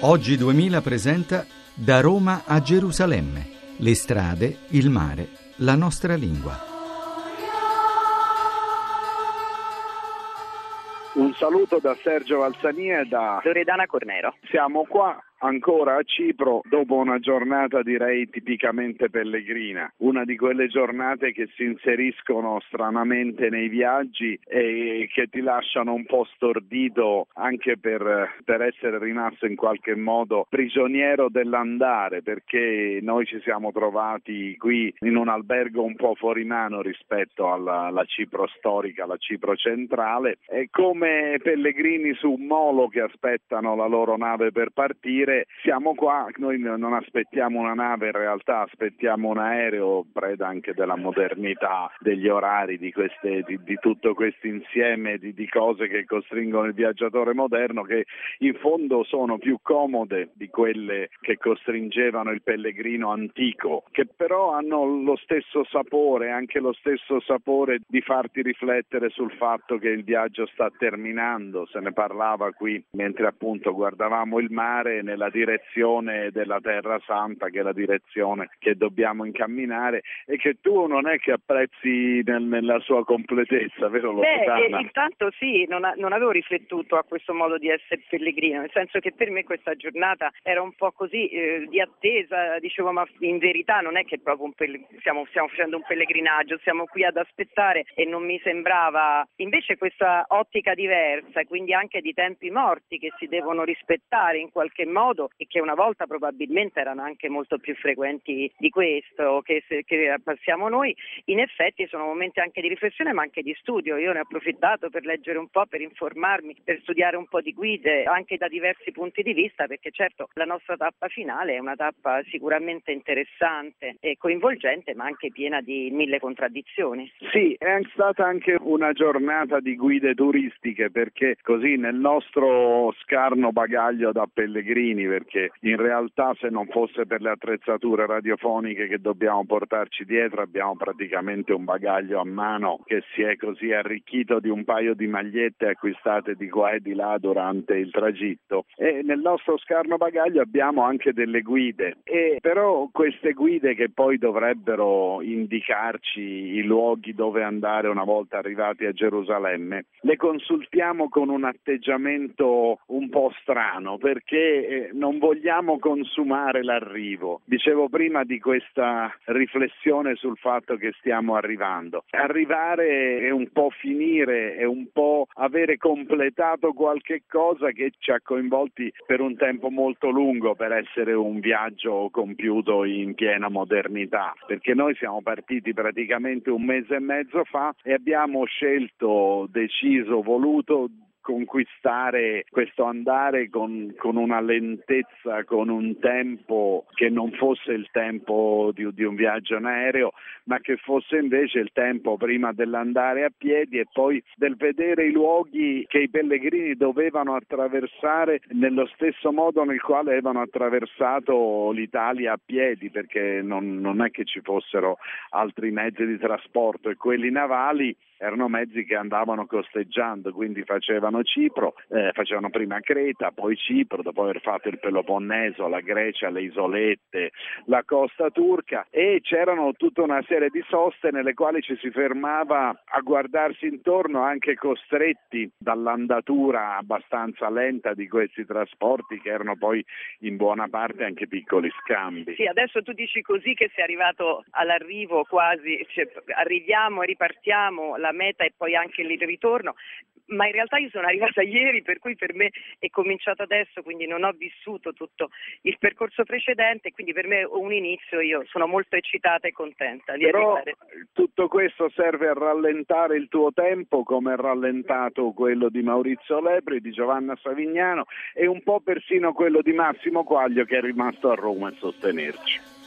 Oggi 2000 presenta Da Roma a Gerusalemme. Le strade, il mare, la nostra lingua. Un saluto da Sergio Valsania e da Loredana Cornero. Siamo qua ancora a Cipro dopo una giornata direi tipicamente pellegrina, una di quelle giornate che si inseriscono stranamente nei viaggi e che ti lasciano un po' stordito anche per essere rimasto in qualche modo prigioniero dell'andare, perché noi ci siamo trovati qui in un albergo un po' fuori mano rispetto alla Cipro storica, la Cipro centrale, e come pellegrini su un molo che aspettano la loro nave per partire. Siamo qua, noi non aspettiamo una nave, in realtà aspettiamo un aereo, preda anche della modernità, degli orari, di tutto questo insieme di cose che costringono il viaggiatore moderno, che in fondo sono più comode di quelle che costringevano il pellegrino antico, che però hanno lo stesso sapore, anche lo stesso sapore di farti riflettere sul fatto che il viaggio sta terminando. Se ne parlava qui mentre appunto guardavamo il mare nella direzione della Terra Santa, che è la direzione che dobbiamo incamminare e che tu non è che apprezzi nella sua completezza, vero Loredana? Intanto sì, non avevo riflettuto a questo modo di essere pellegrino, nel senso che per me questa giornata era un po' così di attesa, dicevo, ma in verità non è che proprio stiamo facendo un pellegrinaggio, siamo qui ad aspettare, e non mi sembrava invece questa ottica diversa, quindi anche di tempi morti che si devono rispettare in qualche modo e che una volta probabilmente erano anche molto più frequenti di questo che passiamo noi. In effetti sono momenti anche di riflessione ma anche di studio. Io ne ho approfittato per leggere un po', per informarmi, per studiare un po' di guide anche da diversi punti di vista, perché certo la nostra tappa finale è una tappa sicuramente interessante e coinvolgente, ma anche piena di mille contraddizioni. Sì, è stata anche una giornata di guide turistiche, perché così nel nostro scarno bagaglio da pellegrini, perché in realtà se non fosse per le attrezzature radiofoniche che dobbiamo portarci dietro, abbiamo praticamente un bagaglio a mano che si è così arricchito di un paio di magliette acquistate di qua e di là durante il tragitto, e nel nostro scarno bagaglio abbiamo anche delle guide, e però queste guide che poi dovrebbero indicarci i luoghi dove andare una volta arrivati a Gerusalemme, le consultiamo con un atteggiamento un po' strano, perché non vogliamo consumare l'arrivo. Dicevo prima di questa riflessione sul fatto che stiamo arrivando. Arrivare è un po' finire, è un po' avere completato qualche cosa che ci ha coinvolti per un tempo molto lungo per essere un viaggio compiuto in piena modernità, perché noi siamo partiti praticamente un mese e mezzo fa e abbiamo scelto, deciso, voluto conquistare questo andare con una lentezza, con un tempo che non fosse il tempo di un viaggio in aereo, ma che fosse invece il tempo prima dell'andare a piedi e poi del vedere i luoghi che i pellegrini dovevano attraversare nello stesso modo nel quale avevano attraversato l'Italia a piedi, perché non è che ci fossero altri mezzi di trasporto, e quelli navali erano mezzi che andavano costeggiando, quindi facevano Cipro, facevano prima Creta, poi Cipro, dopo aver fatto il Peloponneso, la Grecia, le isolette, la costa turca, e c'erano tutta una serie di soste nelle quali ci si fermava a guardarsi intorno, anche costretti dall'andatura abbastanza lenta di questi trasporti, che erano poi in buona parte anche piccoli scambi. Sì, adesso tu dici così che sei arrivato all'arrivo quasi, cioè, arriviamo e ripartiamo, la meta e poi anche il ritorno, ma in realtà io sono arrivata ieri, per cui per me è cominciato adesso, quindi non ho vissuto tutto il percorso precedente, quindi per me è un inizio. Io sono molto eccitata e contenta di arrivare. Tutto questo serve a rallentare il tuo tempo, come è rallentato quello di Maurizio Lepri, di Giovanna Savignano e un po' persino quello di Massimo Quaglio, che è rimasto a Roma a sostenerci.